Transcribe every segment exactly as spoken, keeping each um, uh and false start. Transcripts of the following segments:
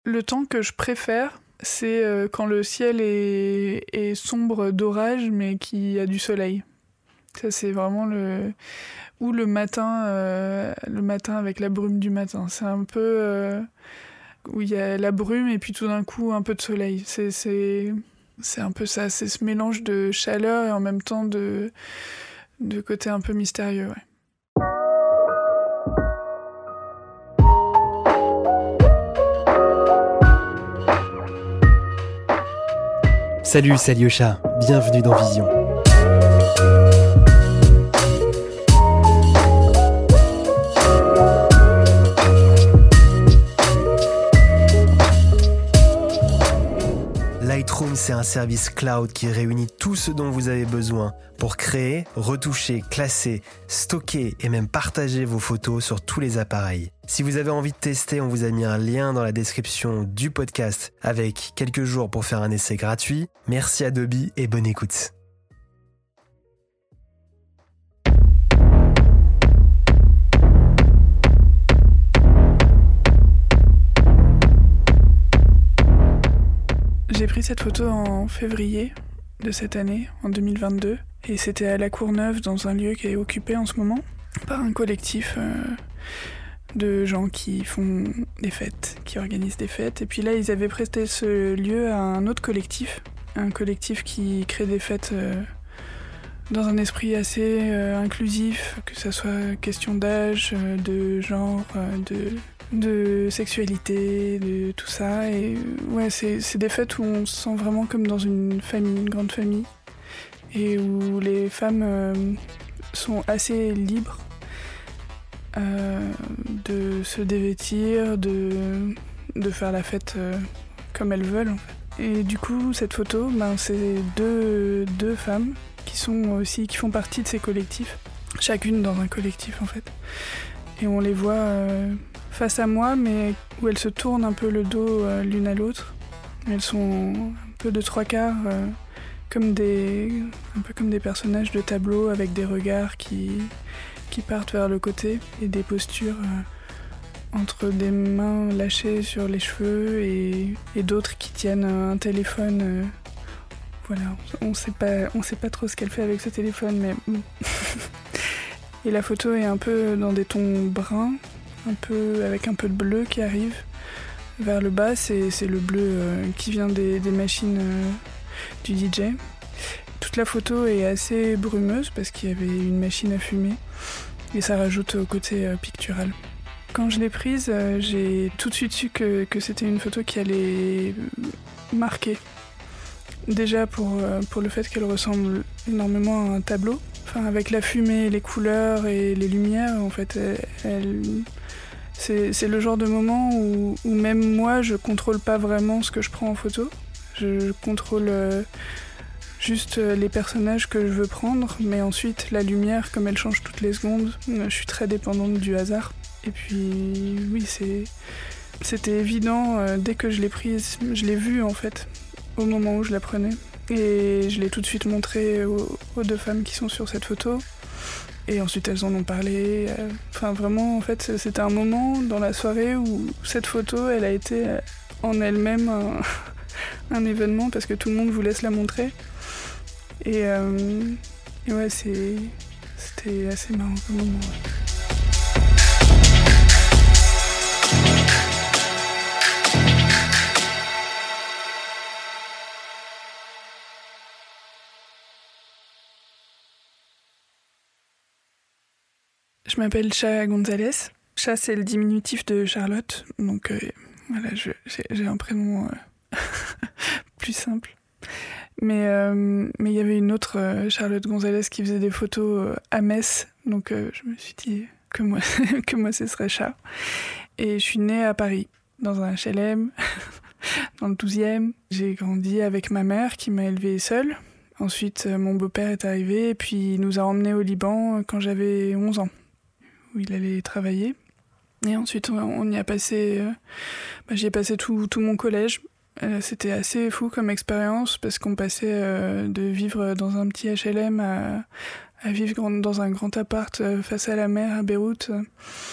Le temps que je préfère, c'est euh, quand le ciel est, est sombre d'orage, mais qu'il y a du soleil. Ça, c'est vraiment le... Ou le matin, euh, le matin avec la brume du matin. C'est un peu... Euh, où il y a la brume et puis tout d'un coup, un peu de soleil. C'est, c'est, c'est un peu ça. C'est ce mélange de chaleur et en même temps de, de côté un peu mystérieux, ouais. Salut, c'est Alyosha, bienvenue dans Vision. Lightroom, c'est un service cloud qui réunit tout ce dont vous avez besoin pour créer, retoucher, classer, stocker et même partager vos photos sur tous les appareils. Si vous avez envie de tester, on vous a mis un lien dans la description du podcast avec quelques jours pour faire un essai gratuit. Merci Adobe et bonne écoute. J'ai pris cette photo en février de cette année, en deux mille vingt-deux, et c'était à La Courneuve, dans un lieu qui est occupé en ce moment par un collectif euh, de gens qui font des fêtes, qui organisent des fêtes. Et puis là, ils avaient prêté ce lieu à un autre collectif, un collectif qui crée des fêtes euh, dans un esprit assez euh, inclusif, que ça soit question d'âge, euh, de genre, euh, de... de sexualité, de tout ça. Et ouais, c'est, c'est des fêtes où on se sent vraiment comme dans une famille, une grande famille, et où les femmes euh, sont assez libres euh, de se dévêtir, de, de faire la fête euh, comme elles veulent, en fait. Et du coup, cette photo, ben, c'est deux, deux femmes qui sont aussi, qui font partie de ces collectifs, chacune dans un collectif, en fait. Et on les voit euh, face à moi, mais où elles se tournent un peu le dos euh, l'une à l'autre. Elles sont un peu de trois quarts, euh, comme des, un peu comme des personnages de tableau, avec des regards qui, qui partent vers le côté et des postures euh, entre des mains lâchées sur les cheveux et, et d'autres qui tiennent un téléphone. Euh, voilà, on sait pas, on sait pas trop ce qu'elle fait avec ce téléphone, mais et la photo est un peu dans des tons bruns, un peu, avec un peu de bleu qui arrive vers le bas. C'est, c'est le bleu euh, qui vient des, des machines euh, du D J. Toute la photo est assez brumeuse parce qu'il y avait une machine à fumer et ça rajoute au côté euh, pictural. Quand je l'ai prise, euh, j'ai tout de suite su que, que c'était une photo qui allait marquer. Déjà pour, euh, pour le fait qu'elle ressemble énormément à un tableau. Enfin, avec la fumée, les couleurs et les lumières, en fait, elle, elle, c'est, c'est le genre de moment où, où même moi, je contrôle pas vraiment ce que je prends en photo. Je, je contrôle euh, juste les personnages que je veux prendre, mais ensuite, la lumière, comme elle change toutes les secondes, je suis très dépendante du hasard. Et puis, oui, c'est, c'était évident, euh, dès que je l'ai prise, je l'ai vue, en fait, au moment où je la prenais. Et je l'ai tout de suite montré aux, aux deux femmes qui sont sur cette photo. Et ensuite, elles en ont parlé. Enfin, vraiment, en fait, c'était un moment dans la soirée où cette photo, elle a été en elle-même un, un événement parce que tout le monde voulait se la montrer. Et, euh, et ouais, c'est, c'était assez marrant comme moment. Ouais. Je m'appelle Cha Gonzalez. Cha, c'est le diminutif de Charlotte. Donc euh, voilà, je, j'ai, j'ai un prénom euh, plus simple. Mais euh, mais il y avait une autre euh, Charlotte Gonzalez qui faisait des photos euh, à Metz. Donc euh, je me suis dit que moi, que moi ce serait Cha. Et je suis née à Paris, dans un H L M, dans le douzième. J'ai grandi avec ma mère qui m'a élevée seule. Ensuite, euh, mon beau-père est arrivé et puis il nous a emmenés au Liban quand j'avais onze ans. Où il allait travailler. Et ensuite, on y a passé... Euh, bah, j'y ai passé tout, tout mon collège. Euh, c'était assez fou comme expérience parce qu'on passait euh, de vivre dans un petit H L M à, à vivre dans un grand appart euh, face à la mer à Beyrouth.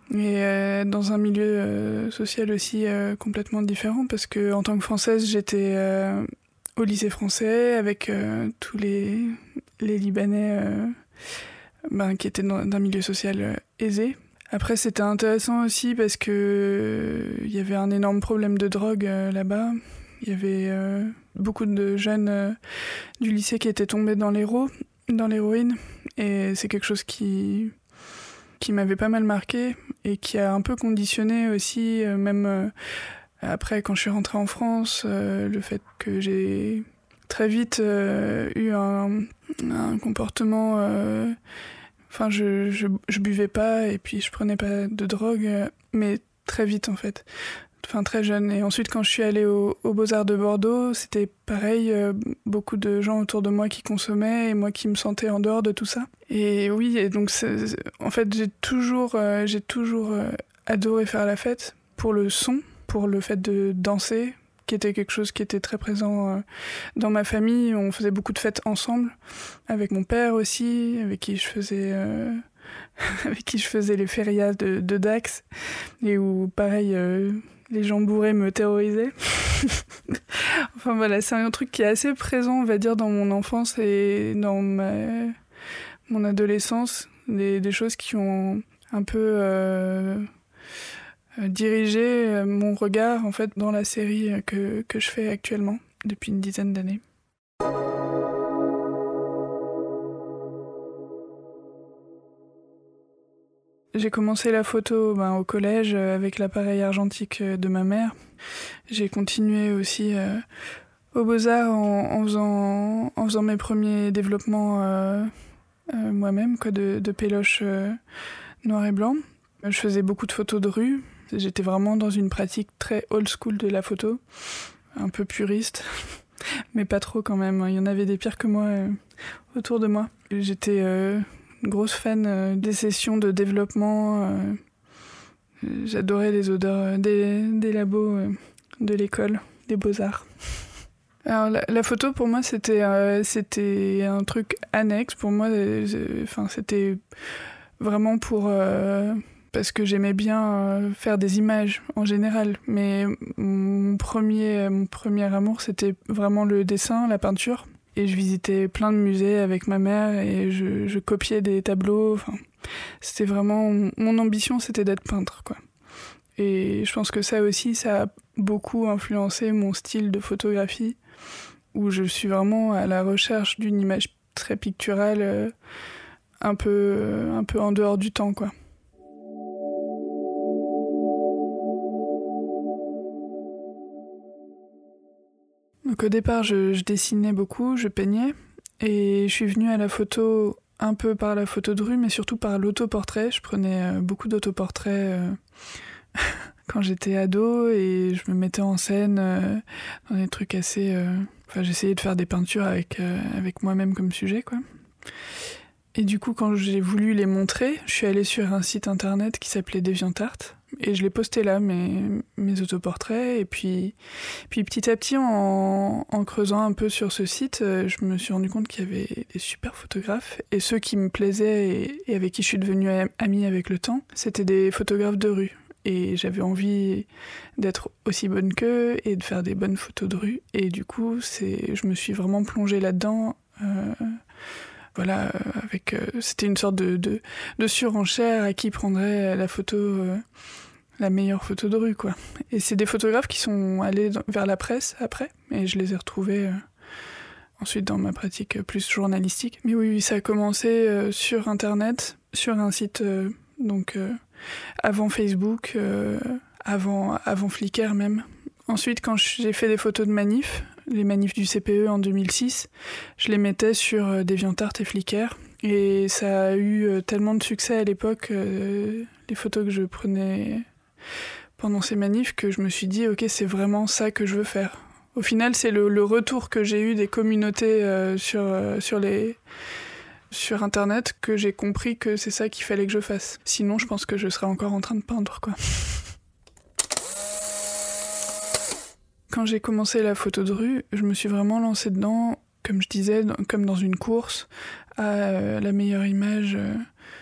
Et euh, dans un milieu euh, social aussi euh, complètement différent, parce que en tant que Française, j'étais euh, au lycée français avec euh, tous les, les Libanais euh, ben, qui étaient dans, d'un milieu social euh, aisé. Après, c'était intéressant aussi parce que euh, il y avait un énorme problème de drogue euh, là-bas. Il y avait euh, beaucoup de jeunes euh, du lycée qui étaient tombés dans l'héro, dans l'héroïne, et c'est quelque chose qui qui m'avait pas mal marqué et qui a un peu conditionné aussi, euh, même euh, après quand je suis rentrée en France, euh, le fait que j'ai très vite euh, eu un, un comportement... Euh, enfin, je, je, je buvais pas et puis je prenais pas de drogue, euh, mais très vite en fait. Enfin, très jeune. Et ensuite, quand je suis allée au, au Beaux-Arts de Bordeaux, c'était pareil, euh, beaucoup de gens autour de moi qui consommaient et moi qui me sentais en dehors de tout ça. Et oui, et donc, c'est, c'est, en fait, j'ai toujours, euh, j'ai toujours euh, adoré faire la fête pour le son, pour le fait de danser, qui était quelque chose qui était très présent euh, dans ma famille. On faisait beaucoup de fêtes ensemble, avec mon père aussi, avec qui je faisais... Euh, avec qui je faisais les férias de, de Dax, et où, pareil... Euh, les gens bourrés me terrorisaient. Enfin voilà, c'est un truc qui est assez présent, on va dire, dans mon enfance et dans ma, mon adolescence. Des, des choses qui ont un peu euh, dirigé mon regard, en fait, dans la série que, que je fais actuellement, depuis une dizaine d'années. J'ai commencé la photo ben, au collège euh, avec l'appareil argentique de ma mère. J'ai continué aussi euh, aux Beaux-Arts en, en, faisant, en faisant mes premiers développements euh, euh, moi-même, quoi, de, de péloche euh, noir et blanc. Je faisais beaucoup de photos de rue. J'étais vraiment dans une pratique très old school de la photo, un peu puriste, mais pas trop quand même. Il y en avait des pires que moi euh, autour de moi. J'étais... Euh, grosse fan euh, des sessions de développement. Euh, j'adorais les odeurs des, des labos euh, de l'école, des beaux-arts. Alors la, la photo pour moi c'était, euh, c'était un truc annexe. Pour moi, enfin, c'était vraiment pour... Euh, parce que j'aimais bien euh, faire des images en général. Mais mon premier, mon premier amour c'était vraiment le dessin, la peinture. Et je visitais plein de musées avec ma mère et je, je copiais des tableaux. Enfin, c'était vraiment... Mon ambition, c'était d'être peintre, quoi. Et je pense que ça aussi, ça a beaucoup influencé mon style de photographie, où je suis vraiment à la recherche d'une image très picturale, euh, un peu, euh, un peu en dehors du temps, quoi. Donc au départ, je, je dessinais beaucoup, je peignais, et je suis venue à la photo un peu par la photo de rue, mais surtout par l'autoportrait. Je prenais euh, beaucoup d'autoportraits euh, quand j'étais ado, et je me mettais en scène euh, dans des trucs assez... Euh... Enfin, j'essayais de faire des peintures avec, euh, avec moi-même comme sujet, quoi. Et du coup, quand j'ai voulu les montrer, je suis allée sur un site internet qui s'appelait DeviantArt, et je l'ai posté là, mes, mes autoportraits. Et puis, puis petit à petit, en, en creusant un peu sur ce site, je me suis rendu compte qu'il y avait des super photographes. Et ceux qui me plaisaient et, et avec qui je suis devenue amie avec le temps, c'était des photographes de rue. Et j'avais envie d'être aussi bonne qu'eux et de faire des bonnes photos de rue. Et du coup, c'est, je me suis vraiment plongée là-dedans. Euh, Voilà, avec, euh, c'était une sorte de, de, de surenchère à qui prendrait la photo, euh, la meilleure photo de rue, quoi. Et c'est des photographes qui sont allés dans, vers la presse après, et je les ai retrouvés euh, ensuite dans ma pratique plus journalistique. Mais oui, oui ça a commencé euh, sur Internet, sur un site euh, donc euh, avant Facebook, euh, avant, avant Flickr même. Ensuite, quand j'ai fait des photos de manifs, les manifs du C P E en deux mille six, je les mettais sur DeviantArt et Flickr. Et ça a eu tellement de succès à l'époque, euh, les photos que je prenais pendant ces manifs, que je me suis dit, ok, c'est vraiment ça que je veux faire. Au final, c'est le, le retour que j'ai eu des communautés euh, sur, euh, sur, les, sur Internet que j'ai compris que c'est ça qu'il fallait que je fasse. Sinon, je pense que je serais encore en train de peindre, quoi. Quand j'ai commencé la photo de rue, je me suis vraiment lancée dedans, comme je disais, comme dans une course, à la meilleure image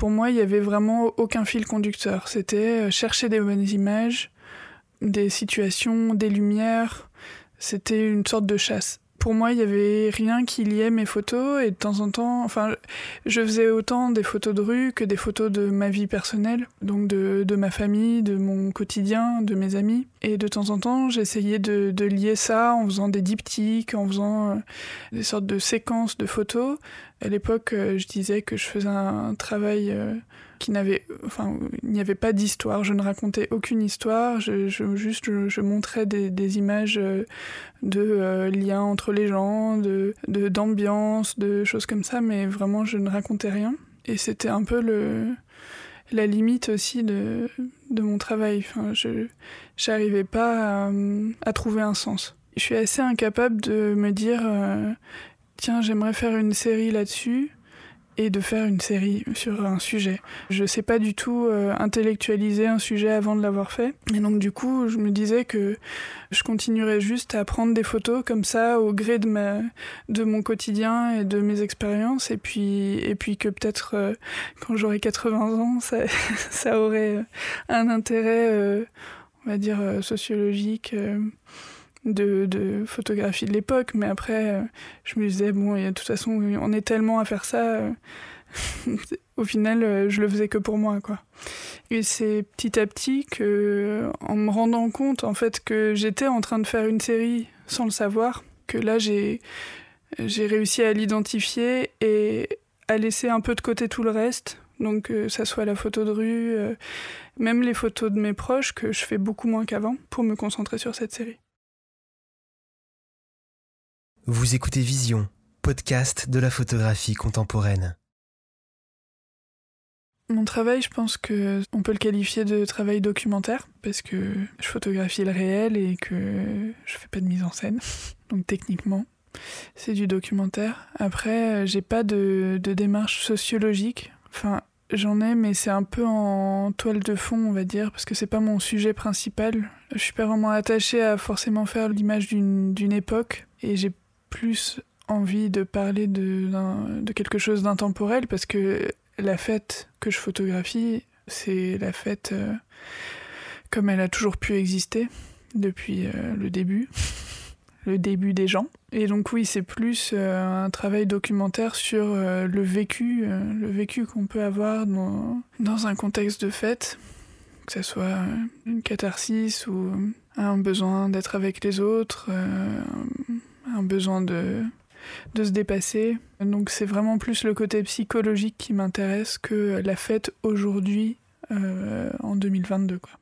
pour moi, il y avait vraiment aucun fil conducteur. C'était chercher des bonnes images, des situations, des lumières. C'était une sorte de chasse. Pour moi, il n'y avait rien qui liait mes photos et de temps en temps, enfin, je faisais autant des photos de rue que des photos de ma vie personnelle, donc de, de ma famille, de mon quotidien, de mes amis. Et de temps en temps, j'essayais de, de lier ça en faisant des diptyques, en faisant euh, des sortes de séquences de photos. À l'époque, euh, je disais que je faisais un travail euh, qui n'avait, enfin, il n'y avait pas d'histoire. Je ne racontais aucune histoire. Je, je juste, je, je montrais des, des images euh, de euh, liens entre les gens, de, de d'ambiance, de choses comme ça, mais vraiment, je ne racontais rien. Et c'était un peu le, la limite aussi de, de mon travail. Enfin, je n'arrivais pas à, à trouver un sens. Je suis assez incapable de me dire euh, tiens, j'aimerais faire une série là-dessus, et de faire une série sur un sujet. Je sais pas du tout euh, intellectualiser un sujet avant de l'avoir fait. Et donc du coup, je me disais que je continuerais juste à prendre des photos comme ça au gré de, ma, de mon quotidien et de mes expériences. Et puis, et puis que peut-être euh, quand j'aurai quatre-vingts ans, ça, ça aurait un intérêt, euh, on va dire, euh, sociologique, euh, De, de photographie de l'époque, mais après euh, je me disais bon, et de toute façon on est tellement à faire ça, euh, au final euh, je le faisais que pour moi, quoi. Et c'est petit à petit que, en me rendant compte en fait que j'étais en train de faire une série sans le savoir, que là j'ai j'ai réussi à l'identifier et à laisser un peu de côté tout le reste. Donc que ça soit la photo de rue, euh, même les photos de mes proches que je fais beaucoup moins qu'avant, pour me concentrer sur cette série. Vous écoutez Vision, podcast de la photographie contemporaine. Mon travail, je pense qu'on peut le qualifier de travail documentaire, parce que je photographie le réel et que je fais pas de mise en scène. Donc techniquement, c'est du documentaire. Après, j'ai pas de, de démarche sociologique. Enfin, j'en ai, mais c'est un peu en toile de fond, on va dire, parce que c'est pas mon sujet principal. Je suis pas vraiment attachée à forcément faire l'image d'une, d'une époque, et j'ai plus envie de parler de, de quelque chose d'intemporel, parce que la fête que je photographie, c'est la fête euh, comme elle a toujours pu exister depuis euh, le début, le début des gens. Et donc oui, c'est plus euh, un travail documentaire sur euh, le vécu, euh, le vécu qu'on peut avoir dans, dans un contexte de fête, que ce soit une catharsis ou un besoin d'être avec les autres, euh, un besoin de, de se dépasser. Donc c'est vraiment plus le côté psychologique qui m'intéresse que la fête aujourd'hui, euh, en deux mille vingt-deux, quoi.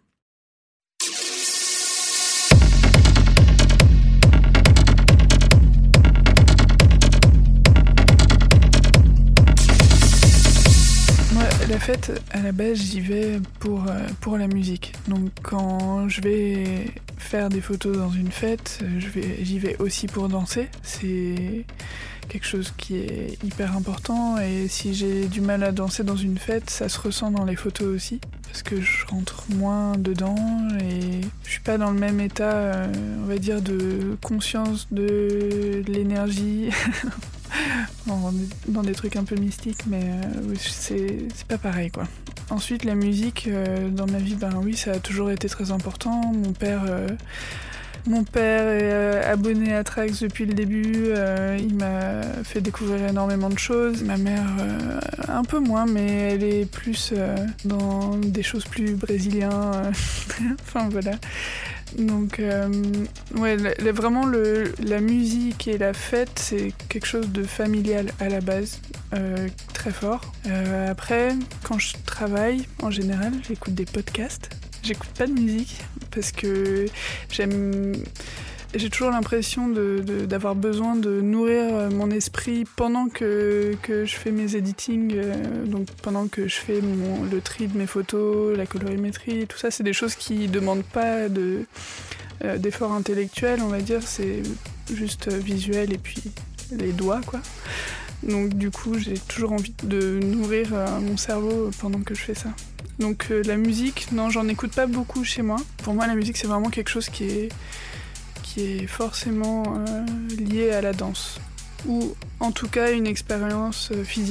Moi, la fête, à la base, j'y vais pour, euh, pour la musique. Donc quand je vais faire des photos dans une fête, je vais, j'y vais aussi pour danser. C'est quelque chose qui est hyper important, et si j'ai du mal à danser dans une fête, ça se ressent dans les photos aussi, parce que je rentre moins dedans et je suis pas dans le même état, euh, on va dire, de conscience de l'énergie. dans, dans des trucs un peu mystiques, mais euh, c'est, c'est pas pareil, quoi. Ensuite, la musique, euh, dans ma vie, ben oui, ça a toujours été très important. Mon père, euh, mon père est euh, abonné à Trax depuis le début. Euh, il m'a fait découvrir énormément de choses. Ma mère, euh, un peu moins, mais elle est plus euh, dans des choses plus brésiliennes. Enfin, voilà. Donc, euh, ouais, la, la, vraiment, le, la musique et la fête, c'est quelque chose de familial à la base, euh, très fort. Euh, après, quand je travaille, en général, j'écoute des podcasts. J'écoute pas de musique parce que j'aime... J'ai toujours l'impression de, de, d'avoir besoin de nourrir mon esprit pendant que, que je fais mes editings, euh, donc pendant que je fais mon, le tri de mes photos, la colorimétrie, tout ça, c'est des choses qui ne demandent pas de, euh, d'effort intellectuel, on va dire, c'est juste visuel et puis les doigts, quoi. Donc du coup, j'ai toujours envie de nourrir euh, mon cerveau pendant que je fais ça. Donc euh, la musique, non, j'en écoute pas beaucoup chez moi. Pour moi, la musique, c'est vraiment quelque chose qui est... qui est forcément euh, lié à la danse, ou en tout cas une expérience euh, physique.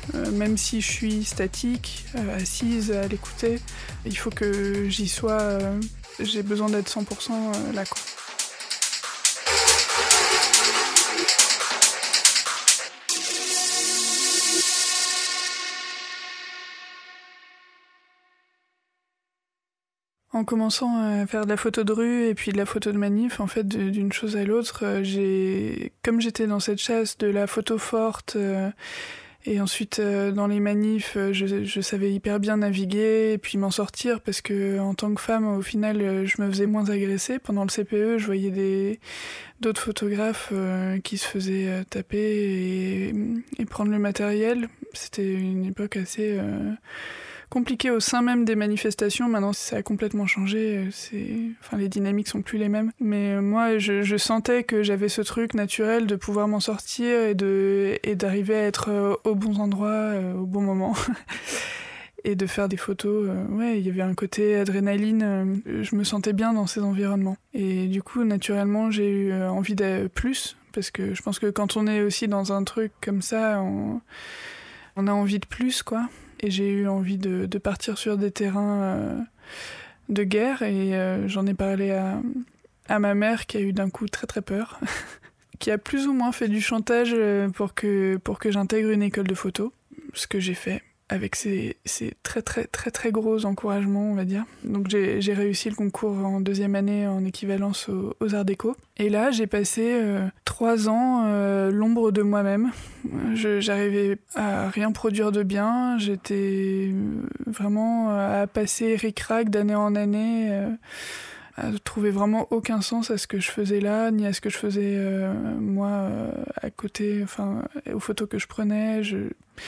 Euh, même si je suis statique, euh, assise à l'écouter, il faut que j'y sois. Euh, j'ai besoin d'être cent pour cent là, quoi. En commençant à faire de la photo de rue et puis de la photo de manif, en fait, d'une chose à l'autre, j'ai, comme j'étais dans cette chasse de la photo forte, euh, et ensuite euh, dans les manifs, je, je savais hyper bien naviguer et puis m'en sortir parce que en tant que femme, au final, je me faisais moins agresser. Pendant le C P E, je voyais des d'autres photographes euh, qui se faisaient taper et, et prendre le matériel. C'était une époque assez euh, compliqué au sein même des manifestations. Maintenant, ça a complètement changé. C'est... Enfin, les dynamiques sont plus les mêmes. Mais moi, je, je sentais que j'avais ce truc naturel de pouvoir m'en sortir et, de, et d'arriver à être aux bons endroits, euh, au bon moment. Et de faire des photos. Euh, ouais, il y avait un côté adrénaline. Euh, je me sentais bien dans ces environnements. Et du coup, naturellement, j'ai eu envie de plus. Parce que je pense que quand on est aussi dans un truc comme ça, on, on a envie de plus, quoi. Et j'ai eu envie de, de partir sur des terrains euh, de guerre. Et euh, j'en ai parlé à, à ma mère qui a eu d'un coup très très peur. Qui a plus ou moins fait du chantage pour que, pour que j'intègre une école de photo. Ce que j'ai fait avec ces, ces très très très très gros encouragements, on va dire. Donc j'ai, j'ai réussi le concours en deuxième année en équivalence aux, aux Arts Déco. Et là, j'ai passé euh, trois ans euh, l'ombre de moi-même. Je, j'arrivais à rien produire de bien. J'étais vraiment à passer ric-rac d'année en année, euh, à trouver vraiment aucun sens à ce que je faisais là, ni à ce que je faisais euh, moi euh, à côté, enfin aux photos que je prenais. Je...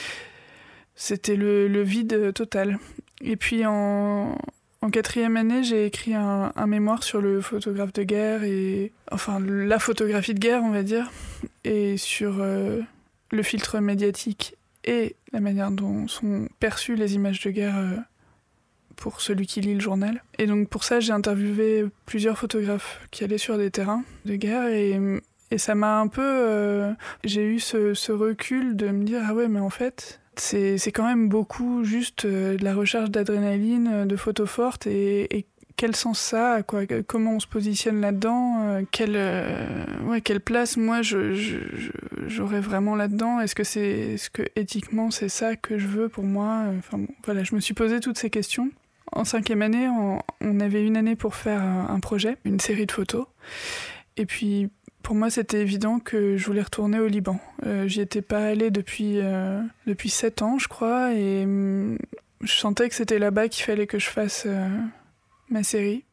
C'était le, le vide total. Et puis en, en quatrième année, j'ai écrit un, un mémoire sur le photographe de guerre, et enfin la photographie de guerre, on va dire, et sur euh, le filtre médiatique et la manière dont sont perçues les images de guerre euh, pour celui qui lit le journal. Et donc pour ça, j'ai interviewé plusieurs photographes qui allaient sur des terrains de guerre, et, et ça m'a un peu... Euh, j'ai eu ce, ce recul de me dire « Ah ouais, mais en fait... » C'est, c'est quand même beaucoup juste euh, de la recherche d'adrénaline, euh, de photos fortes, et, et quel sens ça a, quoi, comment on se positionne là-dedans, euh, quelle, euh, ouais, quelle place moi je, je, je, j'aurais vraiment là-dedans, est-ce que, c'est, est-ce que éthiquement c'est ça que je veux pour moi, enfin, bon, voilà, je me suis posé toutes ces questions. En cinquième année, on, on avait une année pour faire un, un projet, une série de photos, et puis pour moi, c'était évident que je voulais retourner au Liban. Euh, j'y étais pas allée depuis, euh, depuis sept ans, je crois, et hum, je sentais que c'était là-bas qu'il fallait que je fasse euh, ma série.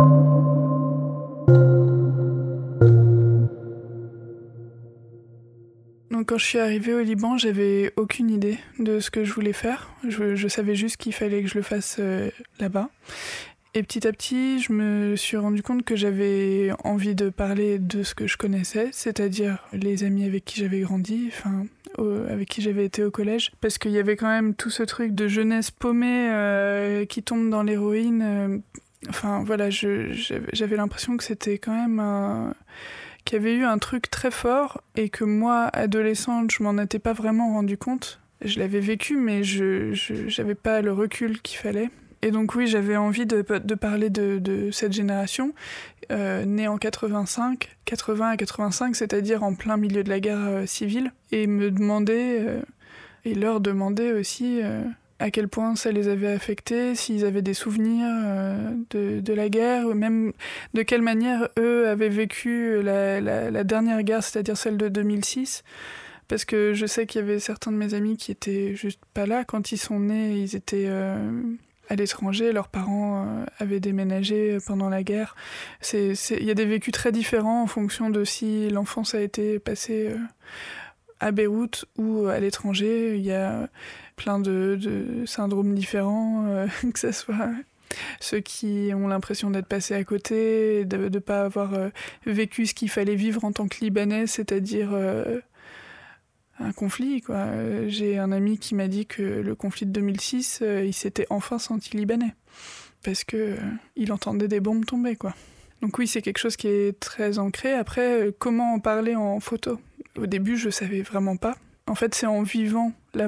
Donc quand je suis arrivée au Liban, j'avais aucune idée de ce que je voulais faire. Je, je savais juste qu'il fallait que je le fasse euh, là-bas. Et petit à petit, je me suis rendu compte que j'avais envie de parler de ce que je connaissais, c'est-à-dire les amis avec qui j'avais grandi, enfin, au, avec qui j'avais été au collège. Parce qu'il y avait quand même tout ce truc de jeunesse paumée euh, qui tombe dans l'héroïne. Euh, enfin, voilà, je, j'avais, j'avais l'impression que c'était quand même un... qu'il y avait eu un truc très fort et que moi, adolescente, je m'en étais pas vraiment rendu compte. Je l'avais vécu, mais je, je j'avais pas le recul qu'il fallait. Et donc oui, j'avais envie de, de parler de, de cette génération, euh, née en quatre-vingt-cinq, quatre-vingts à quatre-vingt-cinq, c'est-à-dire en plein milieu de la guerre euh, civile, et me demander, euh, et leur demander aussi euh, à quel point ça les avait affectés, s'ils avaient des souvenirs euh, de, de la guerre, ou même de quelle manière eux avaient vécu la, la, la dernière guerre, c'est-à-dire celle de deux mille six. Parce que je sais qu'il y avait certains de mes amis qui étaient juste pas là. Quand ils sont nés, ils étaient... Euh, à l'étranger, leurs parents euh, avaient déménagé pendant la guerre. C'est, c'est, il y a des vécus très différents en fonction de si l'enfance a été passée euh, à Beyrouth ou à l'étranger. Il y a plein de, de syndromes différents, euh, que ce soit ceux qui ont l'impression d'être passés à côté, de ne pas avoir euh, vécu ce qu'il fallait vivre en tant que Libanais, c'est-à-dire... Euh, un conflit, quoi. J'ai un ami qui m'a dit que le conflit de deux mille six, euh, il s'était enfin senti libanais. Parce que euh, il entendait des bombes tomber, quoi. Donc oui, c'est quelque chose qui est très ancré. Après, euh, comment en parler en photo ? Au début, je savais vraiment pas. En fait, c'est en vivant là-bas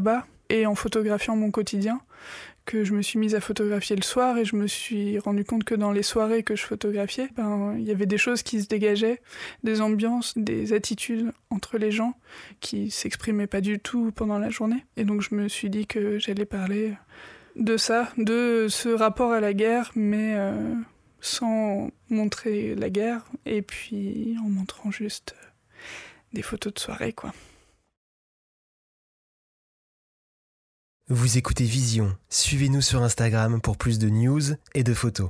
et en photographiant mon quotidien, que je me suis mise à photographier le soir et je me suis rendu compte que dans les soirées que je photographiais, ben, il y avait des choses qui se dégageaient, des ambiances, des attitudes entre les gens qui s'exprimaient pas du tout pendant la journée. Et donc je me suis dit que j'allais parler de ça, de ce rapport à la guerre, mais euh, sans montrer la guerre et puis en montrant juste des photos de soirée, quoi. Vous écoutez Vision. Suivez-nous sur Instagram pour plus de news et de photos.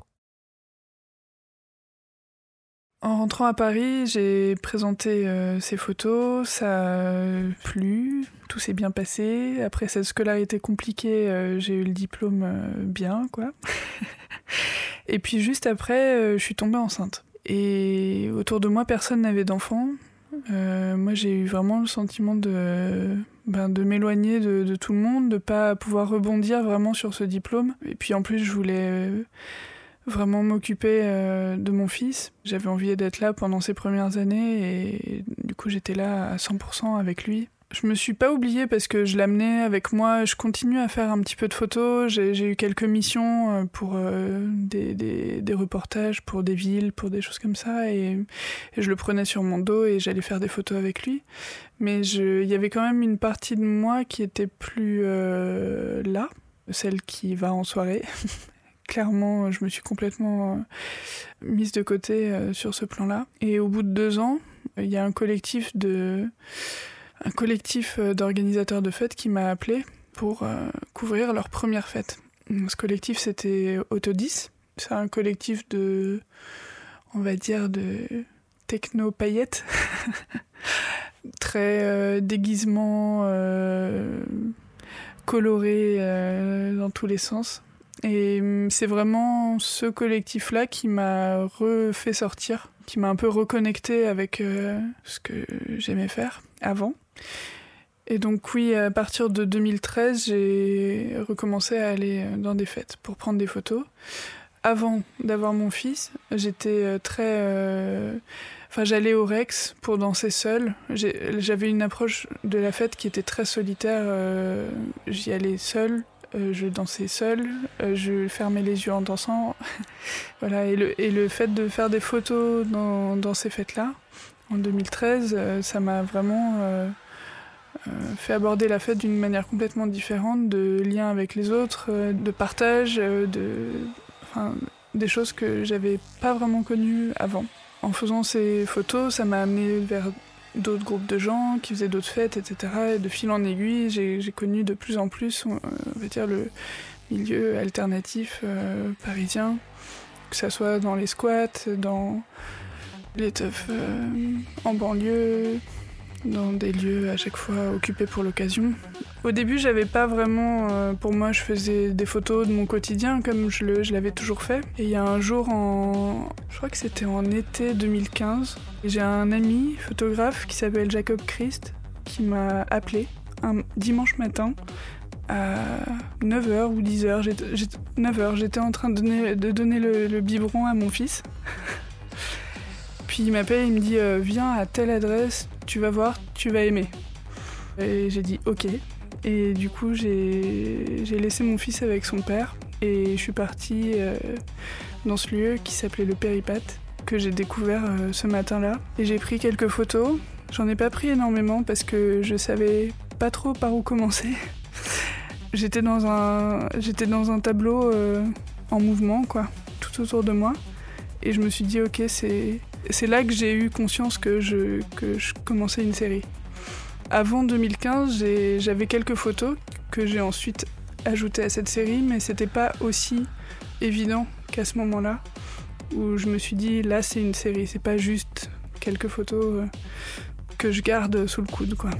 En rentrant à Paris, j'ai présenté euh, ces photos, ça a plu, tout s'est bien passé. Après cette scolarité compliquée, euh, j'ai eu le diplôme euh, bien, quoi. Et puis juste après, euh, je suis tombée enceinte. Et autour de moi, personne n'avait d'enfant. Euh, moi, j'ai eu vraiment le sentiment de, ben, de m'éloigner de, de tout le monde, de pas pouvoir rebondir vraiment sur ce diplôme. Et puis en plus, je voulais vraiment m'occuper euh, de mon fils. J'avais envie d'être là pendant ses premières années et du coup, j'étais là à cent pour cent avec lui. Je me suis pas oubliée parce que je l'amenais avec moi. Je continue à faire un petit peu de photos. J'ai, j'ai eu quelques missions pour euh, des, des, des reportages, pour des villes, pour des choses comme ça. Et, et je le prenais sur mon dos et j'allais faire des photos avec lui. Mais il y avait quand même une partie de moi qui était plus euh, là, celle qui va en soirée. Clairement, je me suis complètement euh, mise de côté euh, sur ce plan-là. Et au bout de deux ans, il y a un collectif de... un collectif d'organisateurs de fêtes qui m'a appelé pour euh, couvrir leur première fête. Ce collectif, c'était Autodis. C'est un collectif de, on va dire, de techno-paillettes. Très euh, déguisement, euh, coloré euh, dans tous les sens. Et c'est vraiment ce collectif-là qui m'a refait sortir, qui m'a un peu reconnecté avec euh, ce que j'aimais faire avant. Et donc oui, à partir de deux mille treize, j'ai recommencé à aller dans des fêtes pour prendre des photos. Avant d'avoir mon fils, j'étais très... Euh... Enfin, j'allais au Rex pour danser seule. J'ai... J'avais une approche de la fête qui était très solitaire. Euh... J'y allais seule, euh, je dansais seule, euh, je fermais les yeux en dansant. Voilà. Et le... Et le fait de faire des photos dans, dans ces fêtes-là, en deux mille treize, euh, ça m'a vraiment... Euh... Euh, fait aborder la fête d'une manière complètement différente, de lien avec les autres, euh, de partage, euh, de, enfin, des choses que j'avais pas vraiment connues avant. En faisant ces photos, ça m'a amené vers d'autres groupes de gens qui faisaient d'autres fêtes, et cetera. Et de fil en aiguille, j'ai, j'ai connu de plus en plus, on, on va dire, le milieu alternatif euh, parisien, que ça soit dans les squats, dans les teufs euh, en banlieue, dans des lieux à chaque fois occupés pour l'occasion. Au début, j'avais pas vraiment... Euh, pour moi, je faisais des photos de mon quotidien comme je, le, je l'avais toujours fait. Et il y a un jour, en, je crois que c'était en été deux mille quinze, et j'ai un ami photographe qui s'appelle Jacob Christ qui m'a appelé un dimanche matin à neuf heures ou dix heures. J'étais, j'étais, neuf heures, j'étais en train de donner, de donner le, le biberon à mon fils. Puis il m'appelle, il me dit euh, « Viens à telle adresse, tu vas voir, tu vas aimer ». Et j'ai dit « Ok ». Et du coup, j'ai, j'ai laissé mon fils avec son père et je suis partie euh, dans ce lieu qui s'appelait le Péripathe, que j'ai découvert euh, ce matin-là. Et j'ai pris quelques photos. J'en ai pas pris énormément parce que je savais pas trop par où commencer. J'étais dans un, j'étais dans un tableau euh, en mouvement, quoi, tout autour de moi. Et je me suis dit « Ok, c'est... » C'est là que j'ai eu conscience que je, que je commençais une série. Avant deux mille quinze, j'ai, j'avais quelques photos que j'ai ensuite ajoutées à cette série, mais c'était pas aussi évident qu'à ce moment-là, où je me suis dit, là c'est une série, c'est pas juste quelques photos que je garde sous le coude, quoi.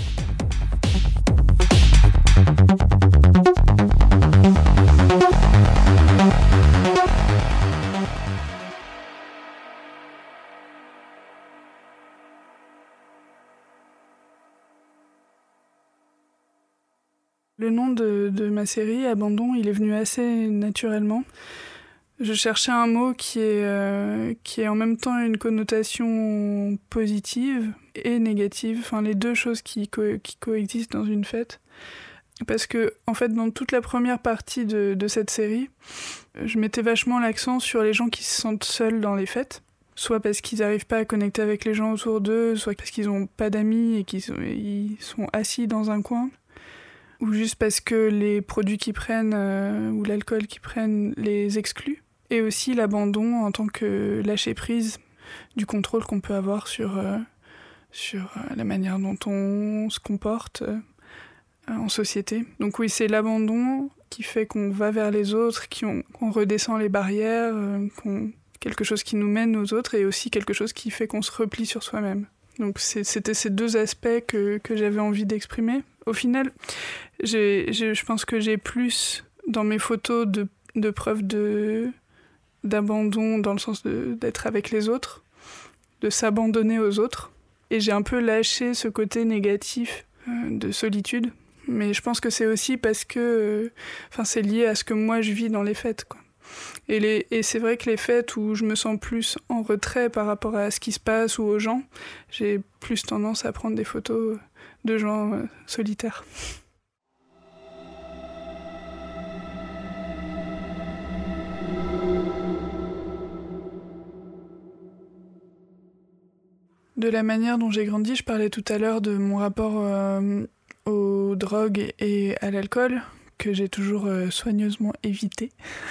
Le nom de, de ma série, Abandon, il est venu assez naturellement. Je cherchais un mot qui est, euh, qui est en même temps une connotation positive et négative, enfin les deux choses qui, co- qui coexistent dans une fête. Parce que, en fait, dans toute la première partie de, de cette série, je mettais vachement l'accent sur les gens qui se sentent seuls dans les fêtes. Soit parce qu'ils n'arrivent pas à connecter avec les gens autour d'eux, soit parce qu'ils n'ont pas d'amis et qu'ils sont, ils sont assis dans un coin. Ou juste parce que les produits qu'ils prennent euh, ou l'alcool qu'ils prennent les excluent. Et aussi l'abandon en tant que lâcher-prise du contrôle qu'on peut avoir sur, euh, sur euh, la manière dont on se comporte euh, en société. Donc oui, c'est l'abandon qui fait qu'on va vers les autres, qu'on, qu'on redescend les barrières, euh, qu'on, quelque chose qui nous mène aux autres et aussi quelque chose qui fait qu'on se replie sur soi-même. Donc c'est, c'était ces deux aspects que, que j'avais envie d'exprimer. Au final, j'ai, j'ai, je pense que j'ai plus dans mes photos de, de preuves de, d'abandon dans le sens de, d'être avec les autres, de s'abandonner aux autres. Et j'ai un peu lâché ce côté négatif euh, de solitude. Mais je pense que c'est aussi parce que enfin, euh, c'est lié à ce que moi je vis dans les fêtes, quoi. Et, les, et c'est vrai que les fêtes où je me sens plus en retrait par rapport à ce qui se passe ou aux gens, j'ai plus tendance à prendre des photos de gens euh, solitaires. De la manière dont j'ai grandi, je parlais tout à l'heure de mon rapport euh, aux drogues et à l'alcool, que j'ai toujours euh, soigneusement évité.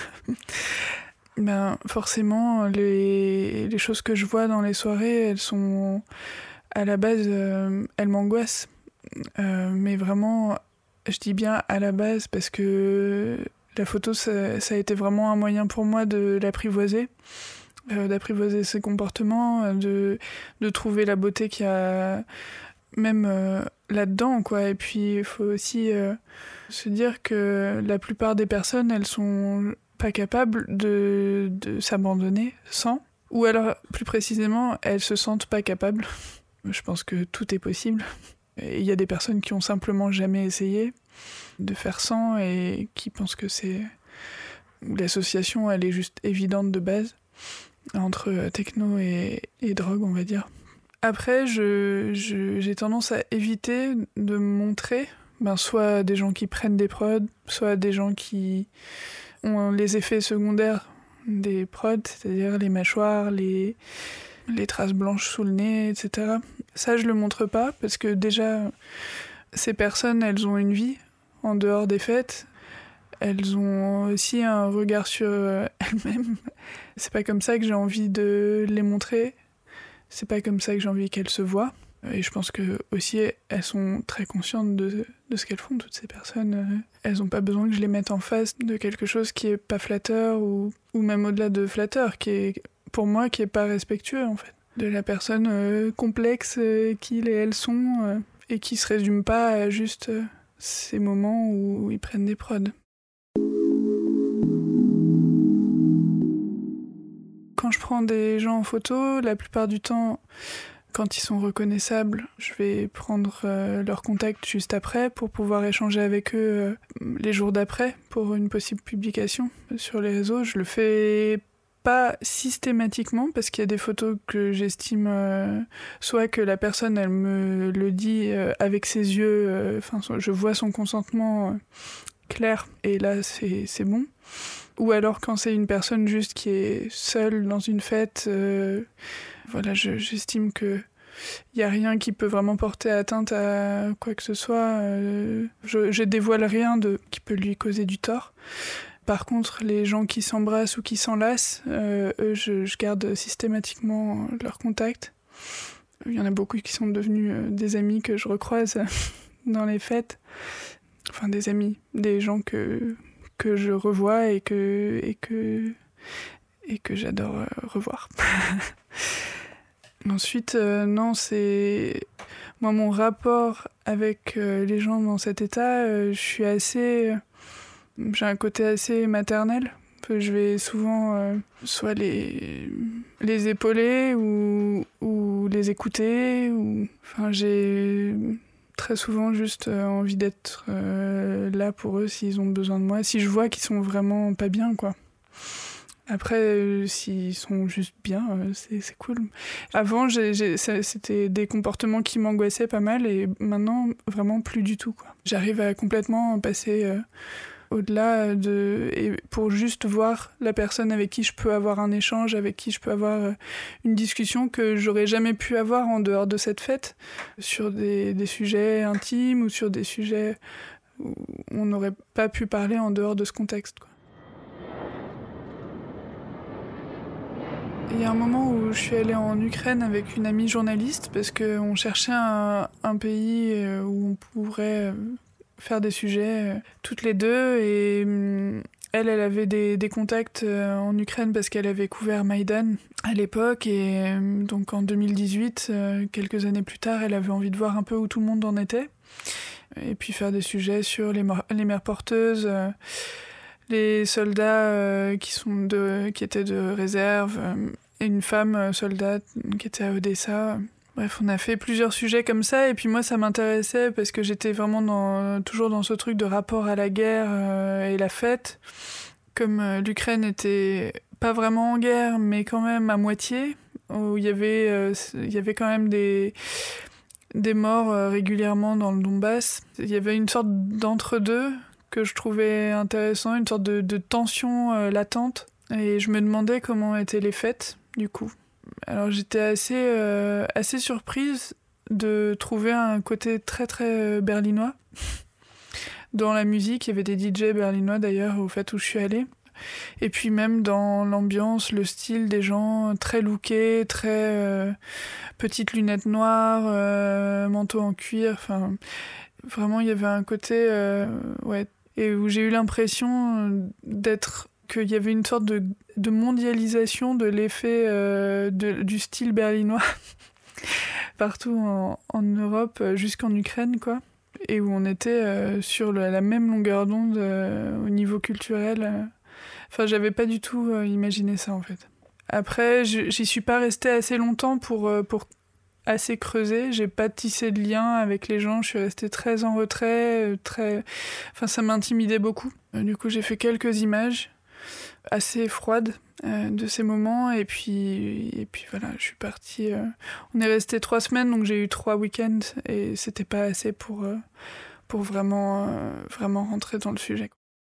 Ben, forcément, les, les choses que je vois dans les soirées, elles sont, à la base, euh, elles m'angoissent. Euh, mais vraiment, je dis bien à la base parce que la photo, ça, ça a été vraiment un moyen pour moi de l'apprivoiser. Euh, d'apprivoiser ses comportements, de, de trouver la beauté qu'il y a même euh, là-dedans, quoi. Et puis, il faut aussi euh, se dire que la plupart des personnes, elles sont pas capables de, de s'abandonner sans, ou alors, plus précisément, elles se sentent pas capables. Je pense que tout est possible. Et il y a des personnes qui ont simplement jamais essayé de faire sans et qui pensent que c'est... L'association, elle est juste évidente de base entre techno et, et drogue, on va dire. Après, je, je, j'ai tendance à éviter de montrer ben, soit des gens qui prennent des prods, soit des gens qui ont les effets secondaires des prods, c'est-à-dire les mâchoires, les, les traces blanches sous le nez, et cetera. Ça, je le montre pas, parce que déjà, ces personnes, elles ont une vie en dehors des fêtes. Elles ont aussi un regard sur elles-mêmes. C'est pas comme ça que j'ai envie de les montrer. C'est pas comme ça que j'ai envie qu'elles se voient. Et je pense que aussi elles sont très conscientes de, de ce qu'elles font, toutes ces personnes. Elles ont pas besoin que je les mette en face de quelque chose qui est pas flatteur ou, ou même au-delà de flatteur, qui est, pour moi, qui est pas respectueux, en fait. De la personne euh, complexe euh, qu'ils et elles sont euh, et qui se résume pas à juste euh, ces moments où, où ils prennent des prods. Quand je prends des gens en photo, la plupart du temps, quand ils sont reconnaissables, je vais prendre euh, leur contact juste après pour pouvoir échanger avec eux euh, les jours d'après pour une possible publication sur les réseaux. Je le fais pas systématiquement parce qu'il y a des photos que j'estime euh, soit que la personne elle me le dit euh, avec ses yeux, enfin euh, je vois son consentement euh, clair et là c'est, c'est bon. Ou alors quand c'est une personne juste qui est seule dans une fête, euh, voilà, je, j'estime que il y a rien qui peut vraiment porter atteinte à quoi que ce soit. Euh, je, je dévoile rien de qui peut lui causer du tort. Par contre, les gens qui s'embrassent ou qui s'enlacent, euh, eux, je, je garde systématiquement leur contact. Il y en a beaucoup qui sont devenus euh, des amis que je recroise dans les fêtes. Enfin, des amis, des gens que que je revois et que, et que, et que j'adore euh, revoir. Ensuite, euh, non, c'est... Moi, mon rapport avec euh, les gens dans cet état, euh, je suis assez... J'ai un côté assez maternel. Je vais souvent euh, soit les, les épauler ou, ou les écouter. Ou... Enfin, j'ai... très souvent juste euh, envie d'être euh, là pour eux s'ils ont besoin de moi, si je vois qu'ils sont vraiment pas bien, quoi. Après, euh, s'ils sont juste bien, euh, c'est, c'est cool. Avant, j'ai, j'ai, c'était des comportements qui m'angoissaient pas mal et maintenant, vraiment plus du tout, quoi. J'arrive à complètement passer euh, au-delà de... Et pour juste voir la personne avec qui je peux avoir un échange, avec qui je peux avoir euh, une discussion que j'aurais jamais pu avoir en dehors de cette fête, sur des, des sujets intimes ou sur des sujets où on n'aurait pas pu parler en dehors de ce contexte, quoi. Il y a un moment où je suis allée en Ukraine avec une amie journaliste parce qu'on cherchait un, un pays où on pourrait faire des sujets toutes les deux. Et elle, elle avait des, des contacts en Ukraine parce qu'elle avait couvert Maïdan à l'époque. Et donc en deux mille dix-huit, quelques années plus tard, elle avait envie de voir un peu où tout le monde en était. Et puis faire des sujets sur les, les mères porteuses, les soldats euh, qui, sont de, qui étaient de réserve, euh, et une femme euh, soldat qui était à Odessa. Bref, on a fait plusieurs sujets comme ça, et puis moi ça m'intéressait parce que j'étais vraiment dans, toujours dans ce truc de rapport à la guerre euh, et la fête. Comme euh, l'Ukraine était pas vraiment en guerre, mais quand même à moitié, où il y avait, euh, il y avait quand même des... des morts euh, régulièrement dans le Donbass. Il y avait une sorte d'entre-deux que je trouvais intéressant, une sorte de, de tension euh, latente. Et je me demandais comment étaient les fêtes, du coup. Alors j'étais assez, euh, assez surprise de trouver un côté très très berlinois. Dans la musique, il y avait des D J berlinois d'ailleurs, au fait où je suis allée. Et puis même dans l'ambiance, le style des gens très lookés, très euh, petites lunettes noires, euh, manteau en cuir, enfin vraiment il y avait un côté euh, ouais, et où j'ai eu l'impression d'être qu'il y avait une sorte de, de mondialisation de l'effet euh, de, du style berlinois partout en, en Europe jusqu'en Ukraine, quoi. Et où on était euh, sur le, la même longueur d'onde euh, au niveau culturel. Euh. Enfin, j'avais pas du tout euh, imaginé ça, en fait. Après, je, j'y suis pas restée assez longtemps pour, euh, pour assez creuser. J'ai pas tissé de lien avec les gens. Je suis restée très en retrait, très... Enfin, ça m'intimidait beaucoup. Du coup, j'ai fait quelques images assez froides euh, de ces moments. Et puis, et puis voilà, je suis partie... Euh... On est resté trois semaines, donc j'ai eu trois week-ends. Et c'était pas assez pour, euh, pour vraiment, euh, vraiment rentrer dans le sujet.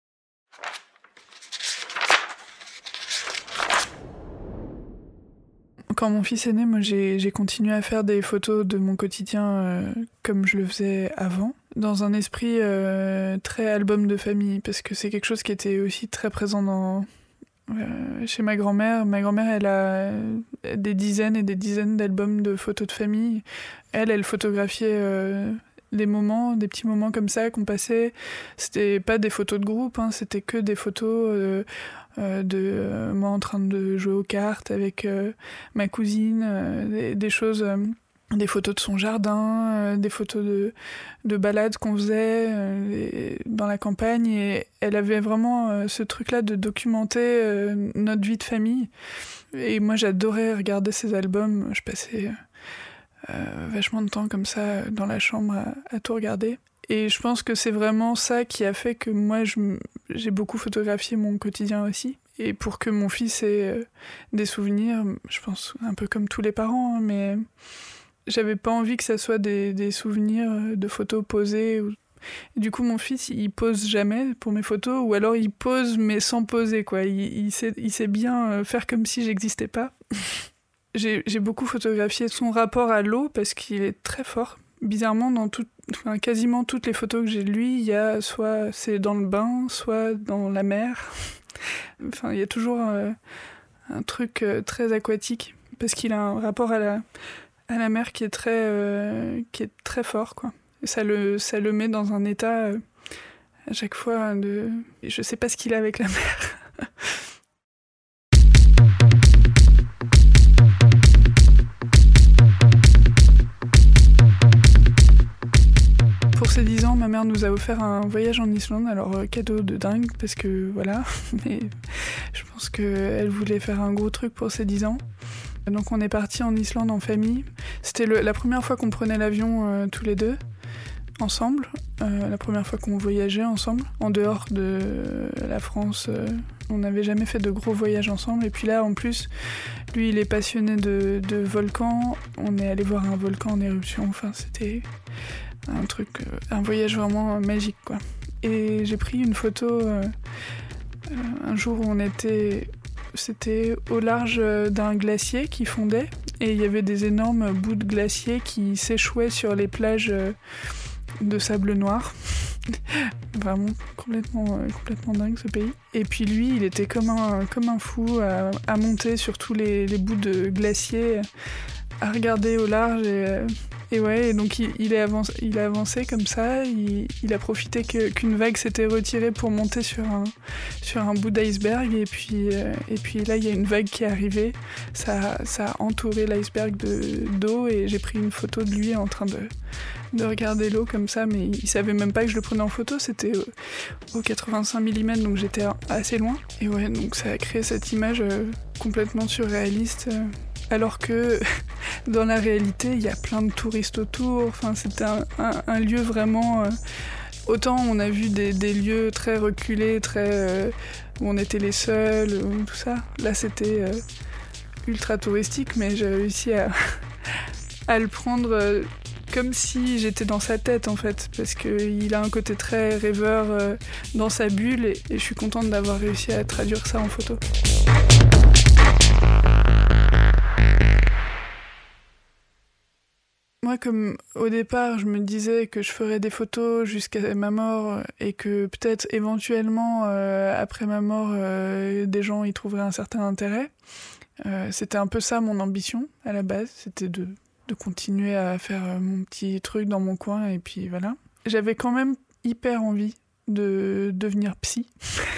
Quand mon fils est né, moi j'ai, j'ai continué à faire des photos de mon quotidien euh, comme je le faisais avant, dans un esprit euh, très album de famille, parce que c'est quelque chose qui était aussi très présent dans, euh, chez ma grand-mère. Ma grand-mère, elle a des dizaines et des dizaines d'albums de photos de famille. Elle, elle photographiait euh, des moments, des petits moments comme ça qu'on passait. C'était pas des photos de groupe, hein, c'était que des photos... Euh, Euh, de euh, moi en train de jouer aux cartes avec euh, ma cousine, euh, des, des choses, euh, des photos de son jardin, euh, des photos de, de balades qu'on faisait euh, dans la campagne. Et elle avait vraiment euh, ce truc-là de documenter euh, notre vie de famille. Et moi, j'adorais regarder ces albums. Je passais euh, vachement de temps comme ça dans la chambre à, à tout regarder. Et je pense que c'est vraiment ça qui a fait que moi, je, j'ai beaucoup photographié mon quotidien aussi. Et pour que mon fils ait euh, des souvenirs, je pense un peu comme tous les parents, hein, mais j'avais pas envie que ça soit des, des souvenirs de photos posées. Ou... Et du coup, mon fils, il pose jamais pour mes photos, ou alors il pose mais sans poser, quoi. Il, il, sait, il sait bien faire comme si j'existais pas. j'ai, j'ai beaucoup photographié son rapport à l'eau parce qu'il est très fort. Bizarrement, dans tout, enfin, quasiment toutes les photos que j'ai de lui, il y a soit c'est dans le bain, soit dans la mer. Enfin, il y a toujours euh, un truc euh, très aquatique parce qu'il a un rapport à la, à la mer qui est très, euh, qui est très fort, quoi. Et ça le, ça le met dans un état euh, à chaque fois de... Je sais pas ce qu'il a avec la mer. Pour ses dix ans, ma mère nous a offert un voyage en Islande, alors euh, cadeau de dingue, parce que voilà, mais je pense qu'elle voulait faire un gros truc pour ses dix ans. Donc on est partis en Islande en famille. C'était le, la première fois qu'on prenait l'avion euh, tous les deux, ensemble, euh, la première fois qu'on voyageait ensemble, en dehors de la France, euh, On n'avait jamais fait de gros voyages ensemble. Et puis là, en plus, lui, il est passionné de, de volcans. On est allé voir un volcan en éruption. Enfin, c'était un truc, un voyage vraiment magique, quoi. Et j'ai pris une photo euh, un jour où on était... C'était au large d'un glacier qui fondait. Et il y avait des énormes bouts de glacier qui s'échouaient sur les plages de sable noir. Vraiment complètement, complètement dingue ce pays. Et puis lui, il était comme un, comme un fou à, à monter sur tous les, les bouts de glacier, à regarder au large. Et, et ouais, et donc il, il, est avancé, il a avancé comme ça. Il, il a profité que, qu'une vague s'était retirée pour monter sur un, sur un bout d'iceberg. Et puis, et puis là, il y a une vague qui est arrivée. Ça, ça a entouré l'iceberg de, d'eau et j'ai pris une photo de lui en train de... de regarder l'eau comme ça, mais il savait même pas que je le prenais en photo, c'était au quatre-vingt-cinq millimètres, donc j'étais assez loin. Et ouais, donc ça a créé cette image complètement surréaliste, alors que dans la réalité, il y a plein de touristes autour, enfin c'était un, un, un lieu vraiment... Euh, autant on a vu des, des lieux très reculés, très, euh, où on était les seuls, euh, tout ça. Là c'était euh, ultra touristique, mais j'ai réussi à, à le prendre... Euh, comme si j'étais dans sa tête en fait, parce qu'il a un côté très rêveur euh, dans sa bulle et, et je suis contente d'avoir réussi à traduire ça en photo. Moi, comme au départ, je me disais que je ferais des photos jusqu'à ma mort et que peut-être éventuellement, euh, après ma mort, euh, des gens y trouveraient un certain intérêt, euh, c'était un peu ça mon ambition à la base, c'était de... de continuer à faire mon petit truc dans mon coin, et puis voilà. J'avais quand même hyper envie de devenir psy.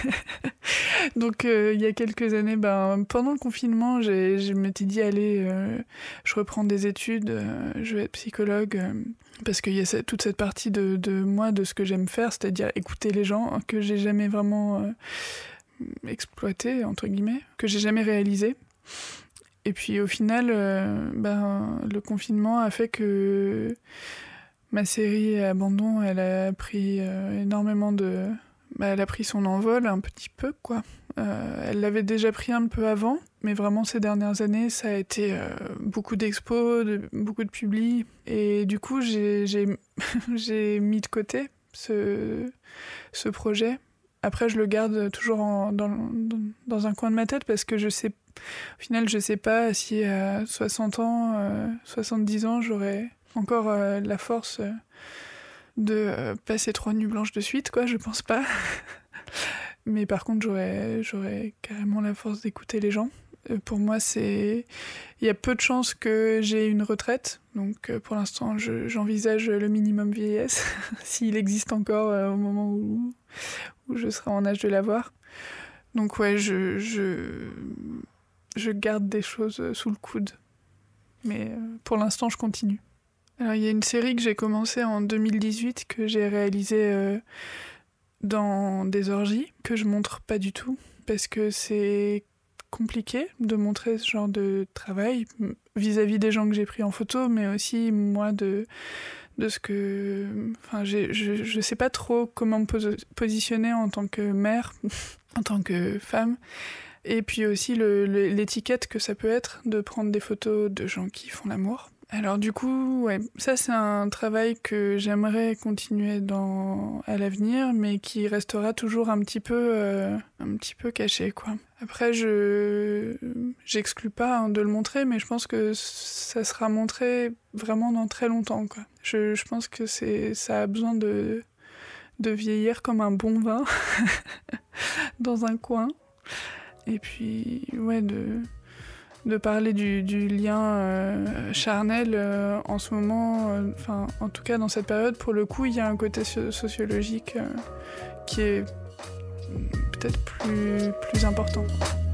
Donc euh, il y a quelques années, ben, pendant le confinement, j'ai, je m'étais dit, allez, euh, je reprends des études, euh, je vais être psychologue, euh, parce qu'il y a cette, toute cette partie de, de moi, de ce que j'aime faire, c'est-à-dire écouter les gens, que j'ai jamais vraiment euh, exploité, entre guillemets, que j'ai jamais réalisé. Et puis au final, euh, ben, le confinement a fait que ma série Abandon, elle a pris euh, énormément de... Bah, elle a pris son envol un petit peu, quoi. Euh, elle l'avait déjà pris un peu avant, mais vraiment ces dernières années, ça a été euh, beaucoup d'expos, de, beaucoup de publis. Et du coup, j'ai, j'ai, j'ai mis de côté ce, ce projet. Après, je le garde toujours en, dans, dans, dans un coin de ma tête parce que je sais, au final, je sais pas si à soixante ans, euh, soixante-dix ans, j'aurai encore euh, la force euh, de euh, passer trois nuits blanches de suite, quoi, je pense pas. Mais par contre, j'aurais, j'aurais carrément la force d'écouter les gens. Euh, pour moi, c'est... il y a peu de chances que j'ai une retraite. Donc euh, pour l'instant, je, j'envisage le minimum vieillesse, s'il existe encore euh, au moment où, où je serai en âge de l'avoir. Donc ouais, je, je, je garde des choses sous le coude. Mais euh, pour l'instant, je continue. Alors, il y a une série que j'ai commencée en deux mille dix-huit, que j'ai réalisée euh, dans des orgies, que je montre pas du tout, parce que c'est compliqué de montrer ce genre de travail, vis-à-vis des gens que j'ai pris en photo, mais aussi moi de, de ce que... Enfin, j'ai, je, je sais pas trop comment me pos- positionner en tant que mère, en tant que femme, et puis aussi le, le, l'étiquette que ça peut être de prendre des photos de gens qui font l'amour. Alors du coup, ouais, ça c'est un travail que j'aimerais continuer dans, à l'avenir, mais qui restera toujours un petit peu, euh, un petit peu caché, quoi. Après, je j'exclus pas hein, de le montrer, mais je pense que ça sera montré vraiment dans très longtemps, quoi. Je, je pense que c'est, ça a besoin de, de vieillir comme un bon vin dans un coin, et puis ouais de de parler du, du lien euh, charnel euh, en ce moment, enfin euh, en tout cas dans cette période, pour le coup, il y a un côté so- sociologique euh, qui est peut-être plus, plus important.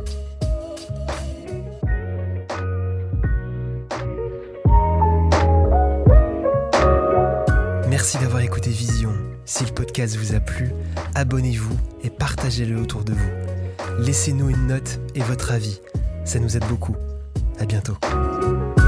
Merci d'avoir écouté Vision. Si le podcast vous a plu, abonnez-vous et partagez-le autour de vous. Laissez-nous une note et votre avis. Ça nous aide beaucoup. À bientôt.